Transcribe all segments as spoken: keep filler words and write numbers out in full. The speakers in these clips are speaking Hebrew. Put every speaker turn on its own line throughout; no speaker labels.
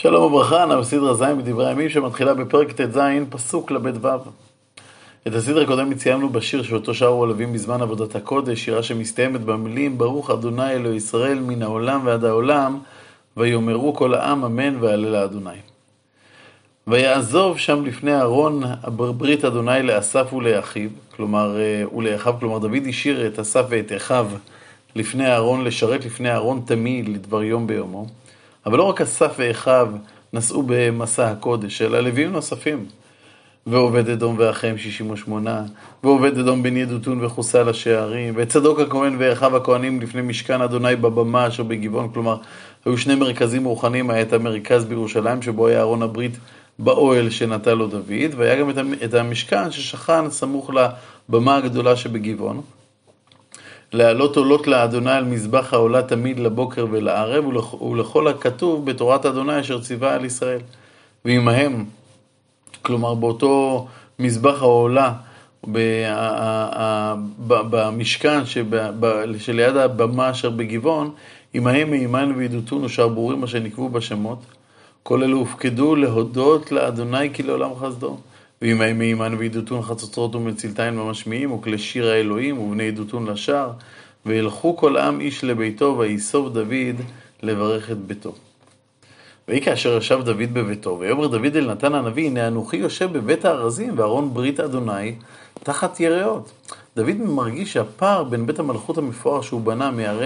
שלום וברכה, אנחנו בסדרה ז' בדברי הימים שמתחילה בפרק ט"ז, פסוק לבית ו'. את הסדרה הקודם ציינו בשיר שאותו שרו הלווים בזמן עבודת הקודש, שירה שמסתיימת במילים ברוך אדוני אלוהי ישראל מן העולם ועד העולם, ויאמרו כל העם אמן והלל אדוני. ויעזוב שם לפני אהרון ברית אדוני לאסף ולאחיו, כלומר ולאחיו, כלומר דוד השאיר את אסף ואת אחיו לפני אהרון, לשרת לפני אהרון תמיד לדבר יום ביומו. אבל לא רק אסף ואחיו נסעו במסע הקודש, אלא לוויים נוספים. ועובד אדום ואחיהם שישים ושמונה, ועובד אדום בן ידותון וחוסל השערים, וצדוק הכהן ואחיו הכהנים לפני משכן אדוני בבמה אשר בגבעון. כלומר, היו שני מרכזים רוחניים, היה את המרכז בירושלים שבו היה ארון הברית באוהל שנטל לו דוד, והיה גם את המשכן ששכן סמוך לבמה הגדולה שבגבעון. להעלות עולות לאדוני על מזבח העולה תמיד לבוקר ולערב, ולכל הכתוב בתורת אדוני אשר ציווה על ישראל. ועמהם, כלומר באותו מזבח העולה, במשכן שליד הבמה אשר בגבעון, עמהם מימן וידותון ושעבורים אשר נקבו בשמות, כל אלו הופקדו להודות לאדוני כי לעולם חסדו. ועמהם מימן וידותון חצוצרות ומצלתיים ומשמיעים וכלי שיר האלוהים ובני ידותון לשער, וילכו כל עם איש לביתו, ויסוב דוד לברך את ביתו. ויהי כאשר ישב דוד בביתו, ויאמר דוד אל נתן הנביא, הנה אנוכי יושב בבית הארזים וארון ברית אדוני תחת יראות. דוד מרגיש שהפער בין בית המלכות המפואר שהוא בנה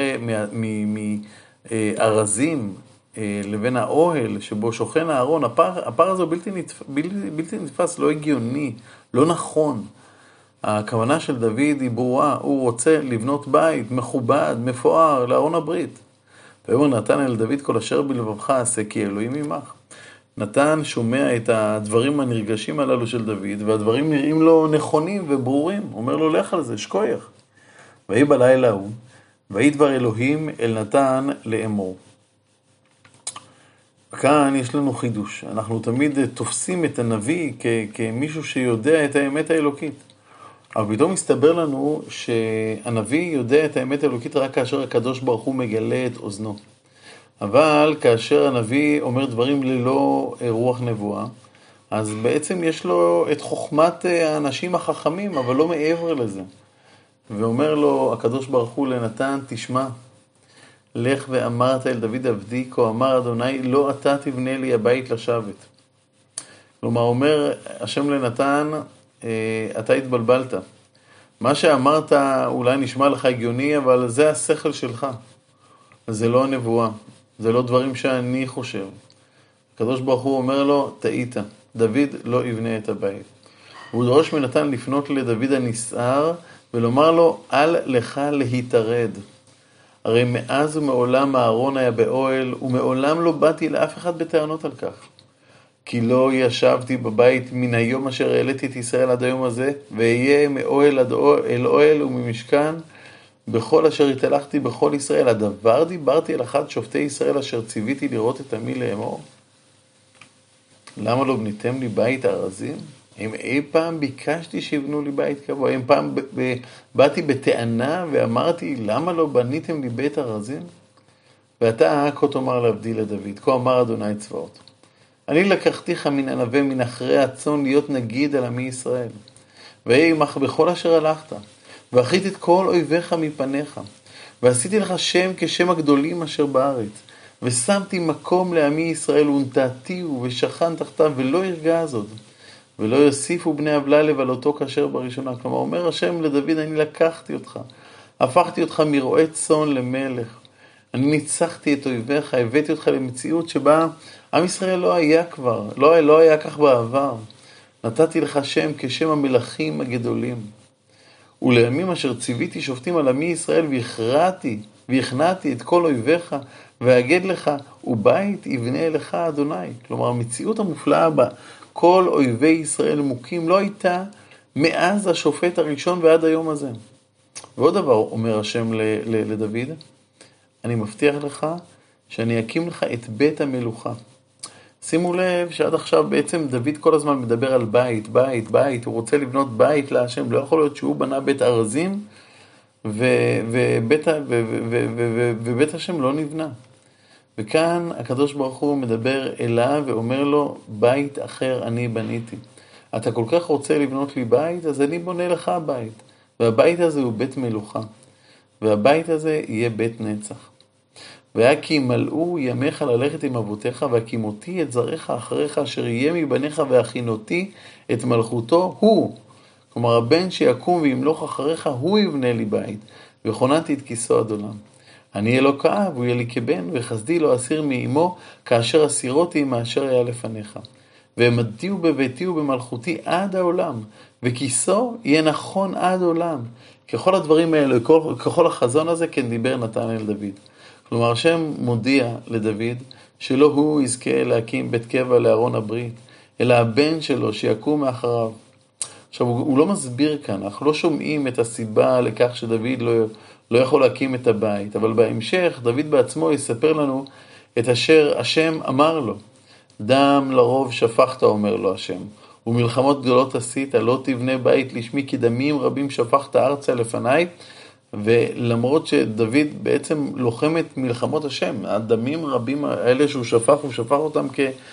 מארזים לבין האוהל שבו שוכן הארון, הפער, הפער הזה הוא בלתי נתפס, בלתי, בלתי נתפס, לא הגיוני, לא נכון. הכוונה של דוד היא ברורה, הוא רוצה לבנות בית מכובד, מפואר, לארון הברית. ויאמר נתן אל דוד כל אשר בלבבך עשה כי אלוהים עמך. נתן שומע את הדברים הנרגשים הללו של דוד, והדברים נראים לו נכונים וברורים. הוא אומר לו לך על זה, שכוח. ויהי בלילה ההוא, ויהי דבר אלוהים אל נתן לאמור. כאן יש לנו חידוש. אנחנו תמיד תופסים את הנביא כ- כמישהו שיודע את האמת האלוקית. אבל פתאום מסתבר לנו שהנביא יודע את האמת האלוקית רק כאשר הקדוש ברוך הוא מגלה את אוזנו. אבל כאשר הנביא אומר דברים ללא רוח נבואה, אז בעצם יש לו את חוכמת האנשים החכמים, אבל לא מעבר לזה. ואומר לו הקדוש ברוך הוא לנתן, תשמע, לך ואמרת אל דוד עבדי, כה אמר אדוני, לא אתה תבנה לי הבית לשבת. כלומר, אומר השם לנתן, אתה התבלבלת. מה שאמרת אולי נשמע לך הגיוני, אבל זה השכל שלך. זה לא הנבואה. זה לא דברים שאני חושב. הקדוש ברוך הוא אומר לו, טעית. דוד לא יבנה את הבית. הוא דורש מנתן לפנות לדוד הנסער, ולומר לו, אל לך להתערד. הרי מאז ומעולם הארון היה באוהל, ומעולם לא באתי לאף אחד בטענות על כך. כי לא ישבתי בבית מן היום אשר העליתי את ישראל עד היום הזה, ואהיה מאוהל עד אל אוהל וממשכן, בכל אשר התהלכתי בכל ישראל. הדבר דיברתי על אחד שופטי ישראל אשר ציוויתי לראות את עמי לאמור. למה לא בניתם לי בית ארזים? אם אי פעם ביקשתי שיבנו לי בית קבוע, אם פעם ב- ב- באתי בטענה ואמרתי, למה לא בניתם לי בית ארזים? ואתה כה תאמר לעבדי לדוד, כה אמר אדוני צבאות. אני לקחתיך מן ענווה מן אחרי הצאן להיות נגיד על עמי ישראל. ואהיה עמך בכל אשר הלכת, ואחית את כל אויביך מפניך, ועשיתי לך שם כשם הגדולים אשר בארץ, ושמתי מקום לעמי ישראל ונטעתיהו ושכן תחתיו, ולא ירגע זאת. ולא יוסיפו בני עוולה לבלותו כאשר בראשונה. כלומר, אומר השם לדוד, אני לקחתי אותך, הפכתי אותך מרועה צאן למלך. אני ניצחתי את אויביך, הבאתי אותך למציאות שבה עם ישראל לא היה כבר, לא, לא היה כך בעבר. נתתי לך שם כשם המלכים הגדולים. ולימים אשר ציוויתי שופטים על עמי ישראל, והכרעתי, והכנעתי את כל אויביך, ואגד לך, ובית יבנה לך אדוני. כלומר, המציאות המופלאה בה, כל אויבי ישראל מוכים, לא הייתה מאז השופט הראשון ועד היום הזה. ועוד דבר אומר השם לדוד, אני מבטיח לך שאני אקים לך את בית המלוכה. שימו לב שעד עכשיו בעצם דוד כל הזמן מדבר על בית, בית, בית, הוא רוצה לבנות בית להשם, לא יכול להיות שהוא בנה בית ארזים ובית, ובית השם לא נבנה. וכאן הקדוש ברוך הוא מדבר אליו ואומר לו, בית אחר אני בניתי. אתה כל כך רוצה לבנות לי בית, אז אני בונה לך בית. והבית הזה הוא בית מלוכה. והבית הזה יהיה בית נצח. והיה כי מלאו ימיך ללכת עם אבותיך, והקימותי את זרעך אחריך, אשר יהיה מבניך והכינותי את מלכותו הוא. כלומר, הבן שיקום וימלוך אחריך, הוא יבנה לי בית, וכוננתי את כיסו עד עולם. אני אלוקיו, הוא יהיה לי כבן, וחסדי לא אסיר מאמו, כאשר אסירותי מאשר היה לפניך. ועמדתיהו בביתי ובמלכותי עד העולם, וכיסו יהיה נכון עד עולם. ככל הדברים האלה, ככל, ככל החזון הזה, כן דיבר נתן אל דוד. כלומר, השם מודיע לדוד שלא הוא יזכה להקים בית קבע לארון הברית, אלא הבן שלו שיקום מאחריו. עכשיו, הוא, הוא לא מסביר כאן, אנחנו לא שומעים את הסיבה לכך שדוד לא, לא יכול להקים את הבית, אבל בהמשך דוד בעצמו יספר לנו את אשר השם אמר לו. דם לרוב שפכת, אומר לו השם, ומלחמות גדולות עשית, לא תבנה בית לשמי, כי דמים רבים שפכת ארצה לפניי. ולמרות שדוד בעצם לוחם את מלחמות השם, הדמים רבים האלה שהוא שפך, הוא שפך אותם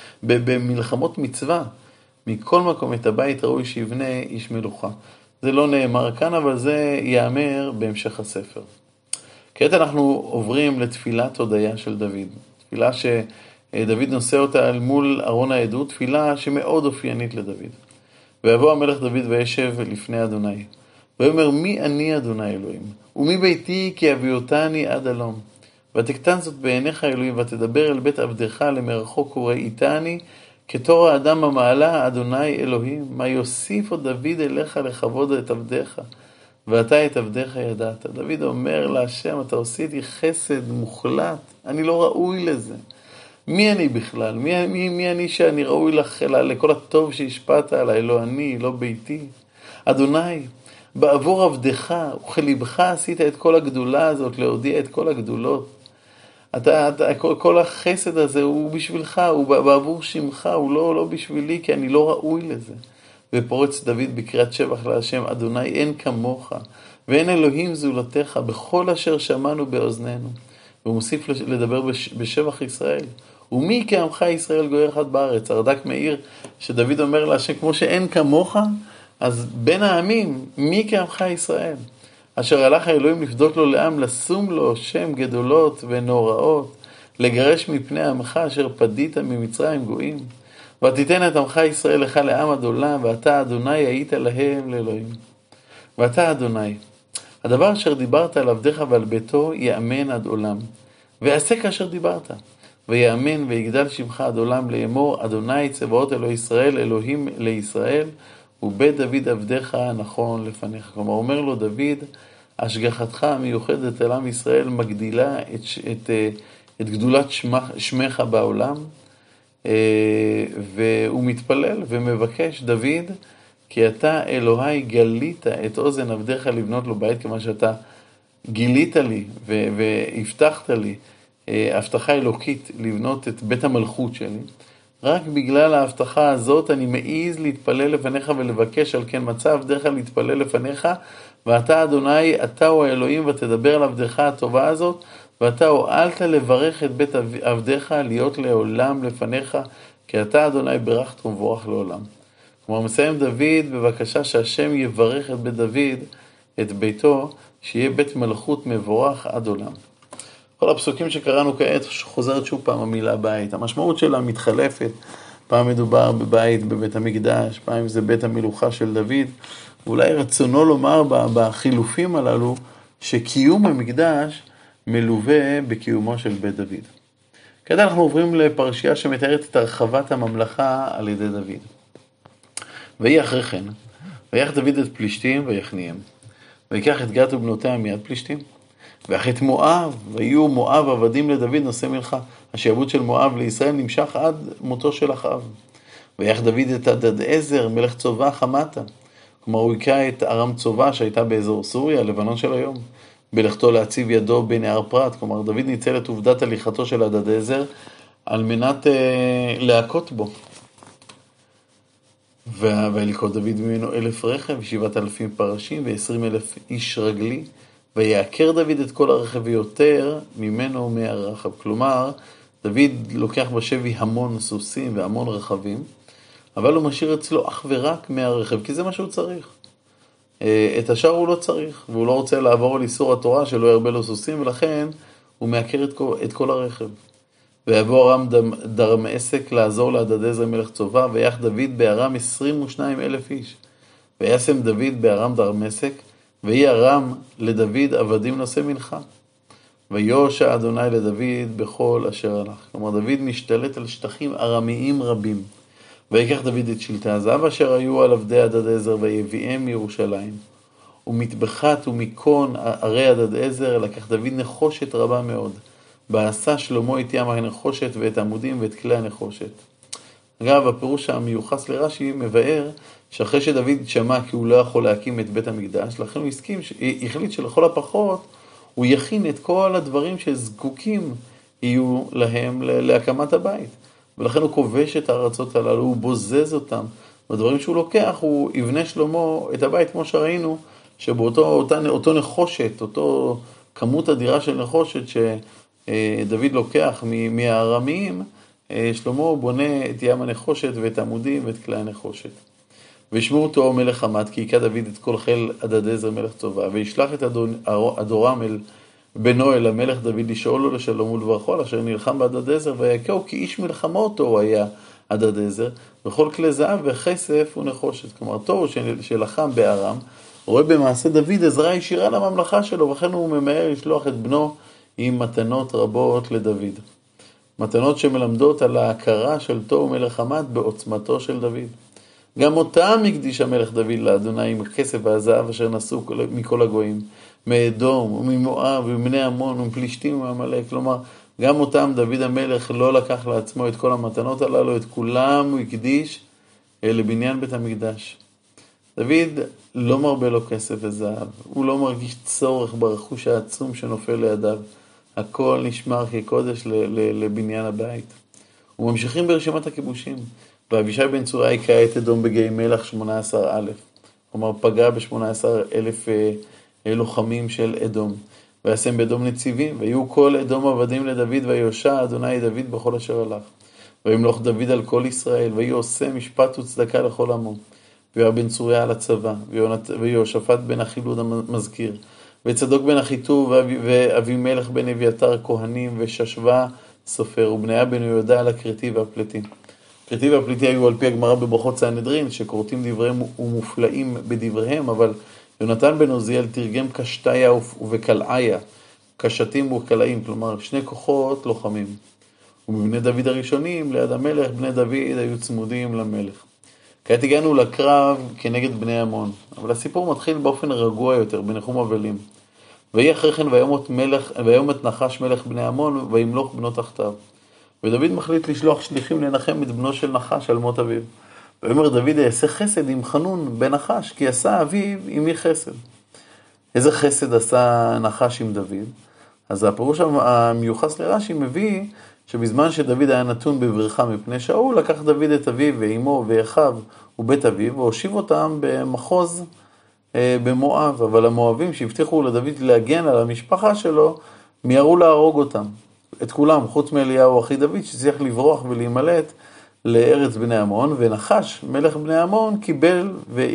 במלחמות מצווה. מכל מקום את הבית ראוי שיבנה איש מלוכה. זה לא נאמר כאן, אבל זה יאמר בהמשך הספר. כעת אנחנו עוברים לתפילת הודיה של דוד. תפילה שדוד נושא אותה אל מול ארון העדות, תפילה שמאוד אופיינית לדוד. ויבוא המלך דוד וישב לפני אדוני. ואומר, מי אני אדוני אלוהים? ומי ביתי כי אביותני עד הלום? ותקטן זאת בעיניך אלוהים, ותדבר אל בית עבדך למרחוק וראיתני, כתור האדם המעלה אדוני אלוהים. מה יוסיף עוד דוד אליך לכבוד את עבדך? ואתה את עבדך ידעת. דוד אומר להשם, אתה עושה לי חסד מוחלט, אני לא ראוי לזה. מי אני בכלל? מי, מי, מי אני שאני ראוי לך, לכל הטוב שהשפעת עליי? לא אני, לא ביתי. אדוני, בעבור עבדך וכלבך עשית את כל הגדולה הזאת, להודיע את כל הגדולות. אתה, אתה, כל, כל החסד הזה הוא בשבילך, הוא בעבור שמך, הוא לא, לא בשבילי, כי אני לא ראוי לזה. ופורץ דוד בקריאת שבח להשם, אדוני אין כמוך, ואין אלוהים זולתך, בכל אשר שמענו באוזנינו. והוא מוסיף לדבר בשבח ישראל. ומי כעמך ישראל גויר אחד בארץ? הרד"ק מאיר שדוד אומר להשם, כמו שאין כמוך, אז בין העמים, מי כעמך ישראל? אשר הלך האלוהים לפדות לו לעם, לשום לו שם גדולות ונוראות, לגרש מפני עמך אשר פדית ממצרים גויים. ותיתן את עמך ישראל לך לעם עד עולם, ואתה אדוני היית להם לאלוהים. ואתה אדוני, הדבר אשר דיברת על עבדך ועל ביתו יאמן עד עולם. ועשה כאשר דיברת, ויאמן ויגדל שמך עד עולם לאמור, אדוני צבאות אלוהי ישראל, אלוהים לישראל, ובית דוד עבדך נכון לפניך. כלומר, אומר לו דוד, השגחתך המיוחדת על עם ישראל מגדילה את, את, את גדולת שמך, שמך בעולם, והוא מתפלל ומבקש דוד, כי אתה אלוהי גלית את אוזן עבדך לבנות לו בית, כמה שאתה גילית לי והבטחת לי הבטחה אלוקית לבנות את בית המלכות שלי. רק בגלל ההבטחה הזאת אני מעיז להתפלל לפניך ולבקש, על כן מצא עבדך להתפלל לפניך, ואתה אדוני, אתה הוא האלוהים, ותדבר על עבדך הטובה הזאת, ואתה הועלת לברך את בית עבדך, להיות לעולם לפניך, כי אתה אדוני ברכת ומבורך לעולם. כלומר, מסיים דוד בבקשה שהשם יברך את בית דוד, את ביתו, שיהיה בית מלכות מבורך עד עולם. כל הפסוקים שקראנו כעת חוזרת שוב פעם המילה בית. המשמעות שלה מתחלפת. פעם מדובר בבית בבית המקדש, פעם זה בית המלוכה של דוד. ואולי רצונו לומר בחילופים הללו שקיום המקדש מלווה בקיומו של בית דוד. כעת אנחנו עוברים לפרשייה שמתארת את הרחבת הממלכה על ידי דוד. ויהי אחרי כן, ויקח דוד את פלישתים ויכניהם. ויקח את גת ובנותיה מיד פלישתים. ואח את מואב, ויהיו מואב עבדים לדוד נושא מלכה. השעבוד של מואב לישראל נמשך עד מותו של אחאב. ויח דוד את הדדעזר מלך צובה חמתה. כלומר הוא הכה את ארם צובה שהייתה באזור סוריה, לבנון של היום. בלכתו להציב ידו בנהר פרת. כלומר דוד ניצל את עובדת הליכתו של הדדעזר על מנת אה, להכות בו. וילכות דוד ממנו אלף רכב, שבעת אלפים פרשים ועשרים אלף איש רגלי. ויעקר דוד את כל הרכב ויותר ממנו מהרחב. כלומר, דוד לוקח בשבי המון סוסים והמון רכבים, אבל הוא משאיר אצלו אך ורק מהרכב, כי זה מה שהוא צריך. את השאר הוא לא צריך, והוא לא רוצה לעבור על איסור התורה שלא ירבה לו סוסים, ולכן הוא מעקר את כל, את כל הרכב. ויבוא ארם דרמסק לעזור להדדעזר מלך צובא, ויח דוד בארם עשרים ושניים אלף איש. וישם דוד בארם דרמסק, ויהי ארם לדוד עבדים נושא מנחה. ויושע אדוני לדוד בכל אשר הלך. כלומר, דוד משתלט על שטחים ארמיים רבים. ויקח דוד את שלטי הזהב אשר היו על עבדי הדדעזר, ויביאם מירושלים. ומטבחת ומקון ערי הדדעזר, לקח דוד נחושת רבה מאוד. ועשה שלמה את ים הנחושת ואת עמודים ואת כלי הנחושת. אגב, הפירוש המיוחס לרש"י מבאר שאחרי שדוד שמע כי הוא לא יכול להקים את בית המקדש, לכן הוא הסכים, החליט שלכל הפחות הוא יכין את כל הדברים שזקוקים יהיו להם להקמת הבית. ולכן הוא כובש את הארצות הללו, הוא בוזז אותם. בדברים שהוא לוקח, הוא יבנה שלמה את הבית, כמו שראינו, שבאותו אותה, אותו נחושת, אותו כמות אדירה של נחושת שדוד לוקח מהארמיים, שלמה בונה את ים הנחושת ואת העמודים ואת כלי הנחושת. וישמעו אותו מלך חמת, כי היכה דוד את כל חיל הדדעזר מלך צובא, וישלח את אדורם אל בנו אל המלך דוד לשאול לו לשלום ולברכו, אשר נלחם בהדדעזר, ויכהו כי איש מלחמותו הוא היה הדדעזר, וכל כלי זהב וכסף ונחושת. כלומר, תוהו שלחם בארם, רואה במעשה דוד עזרה ישירה לממלכה שלו, וכן הוא ממהר לשלוח את בנו עם מתנות רבות לדוד. מתנות שמלמדות על ההכרה של תוהו מלך חמת בעוצמתו של דוד. גם אותם הקדיש המלך דוד לאדוני עם הכסף והזהב אשר נשאו מכל הגויים, מאדום וממואב ומבני עמון ומפלישתים ומעמלק. כלומר, גם אותם דוד המלך לא לקח לעצמו את כל המתנות הללו, את כולם הוא הקדיש לבניין בית המקדש. דוד לא מרבה לו כסף וזהב, הוא לא מרגיש צורך ברכוש העצום שנופל לידיו. הכל נשמר כקודש לבניין הבית. וממשיכים ברשימת הכיבושים. ואבישי בן צרויה היכה את אדום בגיא מלך שמונה עשר אלף. כלומר, פגע ב-שמונה עשר אלף לוחמים של אדום. וישם באדום נציבים, ויהיו כל אדום עבדים לדוד, ויושע אדוני דוד בכל אשר הלך. וימלוך דוד על כל ישראל, ויהי עושה משפט וצדקה לכל עמו. ויהיה בן צרויה על הצבא, ויהושפט בן החילוד המזכיר, וצדוק בן אחיטוב, ואבימלך בן אביתר כהנים, וששבה סופר, ובניה בן יהודה על הכרתי והפלטי. הכרתי והפלטי היו על פי הגמרא בברכות סנהדרין, שקוראים דבריהם ומופלאים בדבריהם, אבל יונתן בן עוזיאל תרגם קשתיה ובקלעיה, קשתים וקלעים, כלומר שני כוחות לוחמים. ומבני דוד הראשונים, ליד המלך, בני דוד היו צמודים למלך. כעת הגענו לקרב כנגד בני עמון, אבל הסיפור מתחיל באופן רגוע יותר, בנחום אבלים. ויהי אחרי כן ויומות מלך, ויומות נחש מלך בני עמון, וימלוך בנו תחתיו. ודוד מחליט לשלוח שליחים לנחם את בנו של נחש על מות אביו. ואומר דוד, יעשה חסד עם חנון בן נחש, כי עשה אביו עמי חסד. איזה חסד עשה נחש עם דוד? אז הפירוש המיוחס לרש"י מביא שבזמן שדוד היה נתון בברכה מפני שאול, לקח דוד את אביו ואימו ואחיו ובית אביו, והושיב אותם במחוז אה, במואב. אבל המואבים שהבטיחו לדוד להגן על המשפחה שלו, מיהרו להרוג אותם. את כולם, חוץ מאליהו אחי דוד, שצריך לברוח ולהימלט לארץ בני עמון, ונחש מלך בני עמון קיבל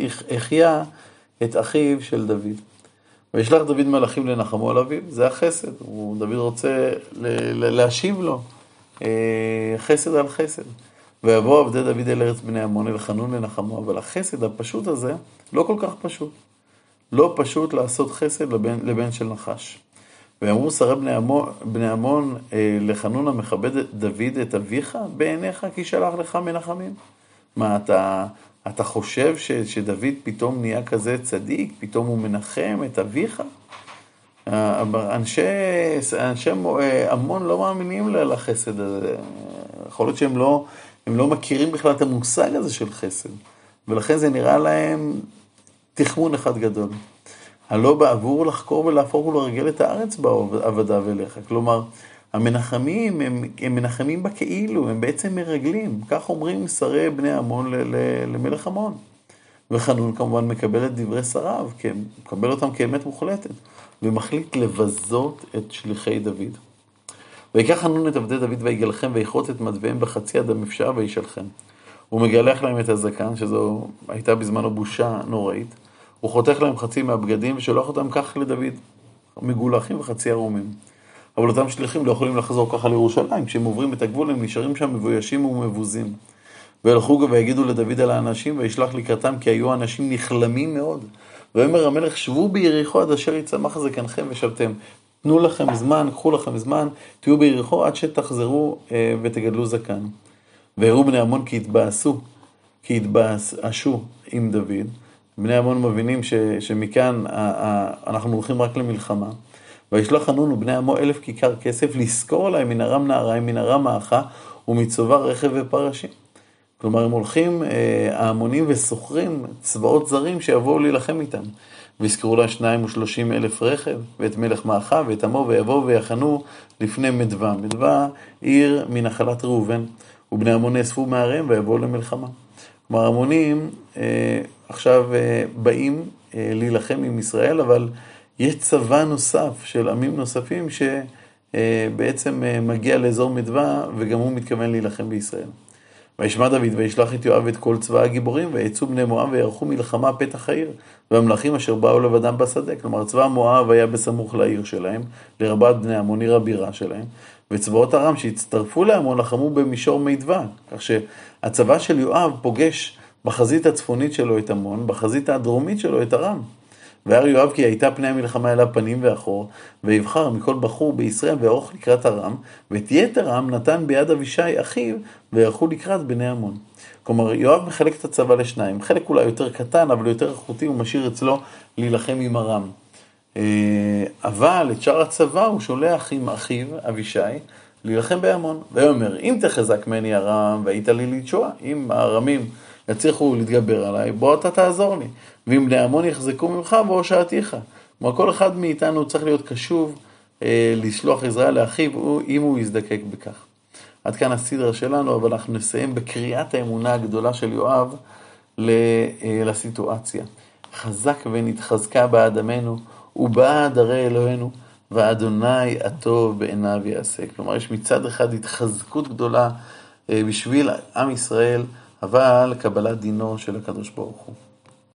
והחיה את אחיו של דוד. וישלח דוד מלאכים לנחמו על אביו, זה החסד, הוא, דוד רוצה להשיב לו חסד על חסד. ויבוא עבדי דוד אל ארץ בני עמון אל חנון לנחמו, אבל החסד הפשוט הזה לא כל כך פשוט. לא פשוט לעשות חסד לבן, לבן של נחש. ואמרו שרי בני עמון, בני עמון אה, לחנון המכבד דוד את אביך בעיניך, כי שלח לך מנחמים. מה, אתה, אתה חושב ש, שדוד פתאום נהיה כזה צדיק, פתאום הוא מנחם את אביך? אנשי, אנשי עמון לא מאמינים לחסד הזה. יכול להיות שהם לא, הם לא מכירים בכלל את המושג הזה של חסד. ולכן זה נראה להם תחמון אחד גדול. הלא בעבור לחקור ולהפוך ולרגל את הארץ בעבדיו אליך. כלומר, המנחמים הם, הם מנחמים בכאילו, הם בעצם מרגלים. כך אומרים שרי בני עמון למלך עמון. וחנון כמובן מקבל את דברי שריו, מקבל אותם כאמת מוחלטת, ומחליט לבזות את שליחי דוד. ויקח חנון את עבדי דוד ויגלחם ויכרות את מדוויהם בחצי עד המפשעה וישלחם. הוא מגלח להם את הזקן, שזו הייתה בזמנו בושה נוראית. הוא חותך להם חצי מהבגדים ושולח אותם כך לדוד, מגולחים וחצי ערומים. אבל אותם שליחים לא יכולים לחזור ככה לירושלים, כשהם עוברים את הגבול הם נשארים שם מבוישים ומבוזים. והלכו ויגידו לדוד על האנשים וישלח לקראתם, כי היו אנשים נכלמים מאוד. ואומר המלך, שבו ביריחו עד אשר יצמח זקנכם ושבתם. תנו לכם זמן, קחו לכם זמן, תהיו ביריחו עד שתחזרו אה, ותגדלו זקן. והראו בני עמון כי התבאסו, כי התבאסו עם דוד. בני עמון מבינים ש, שמכאן ה, ה, אנחנו הולכים רק למלחמה. וישלח חנון ובני עמו אלף כיכר כסף, לזכור להם מן ארם נהריים, מן ארם מאחה ומצובע רכב ופרשים. כלומר, הם הולכים, ההמונים וסוחרים צבאות זרים שיבואו להילחם איתם. ויזכרו לה שניים ושלושים אלף רכב, ואת מלך מאחה ואת עמו, ויבואו ויחנו לפני מדווה. מדווה, עיר מנחלת ראובן, ובני עמון נאספו מהערים ויבואו למלחמה. כלומר, המונים עכשיו באים להילחם עם ישראל, אבל יש צבא נוסף של עמים נוספים שבעצם מגיע לאזור מדווה, וגם הוא מתכוון להילחם בישראל. וישמע דוד וישלח את יואב את כל צבא הגיבורים, ויצאו בני מואב ויערכו מלחמה פתח העיר, והמלכים אשר באו לבדם בשדה. כלומר, צבא מואב היה בסמוך לעיר שלהם, לרבת בני עמון, עיר הבירה שלהם, וצבאות ארם שהצטרפו לעמון לחמו במישור מדווה, כך שהצבא של יואב פוגש בחזית הצפונית שלו את עמון, בחזית הדרומית שלו את ארם. והר יואב כי הייתה פני המלחמה אליו פנים ואחור, ויבחר מכל בחור בישראל וערוך לקראת ארם, ואת יתר העם נתן ביד אבישי אחיו, וערכו לקראת בני עמון. כלומר, יואב מחלק את הצבא לשניים, חלק אולי יותר קטן, אבל יותר איכותי, הוא משאיר אצלו להילחם עם ארם. אבל את שאר הצבא הוא שולח עם אחיו, אבישי, להילחם בעמון. ואומר, אם תחזק מני ארם, והיית לי לתשועה, אם הארמים יצליחו להתגבר עליי, בוא אתה תעזור לי. ואם בני עמון יחזקו ממך, בוא שעתיך. כלומר, כל אחד מאיתנו צריך להיות קשוב אה, לשלוח עזרה לאחיו, אם הוא יזדקק בכך. עד כאן הסדרה שלנו, אבל אנחנו נסיים בקריאת האמונה הגדולה של יואב לסיטואציה. חזק ונתחזקה באדמנו, ובעד הרי אלוהינו, ואדוני הטוב בעיניו יעשה. כלומר, יש מצד אחד התחזקות גדולה בשביל עם ישראל, אבל קבלת דינו של הקדוש ברוך הוא.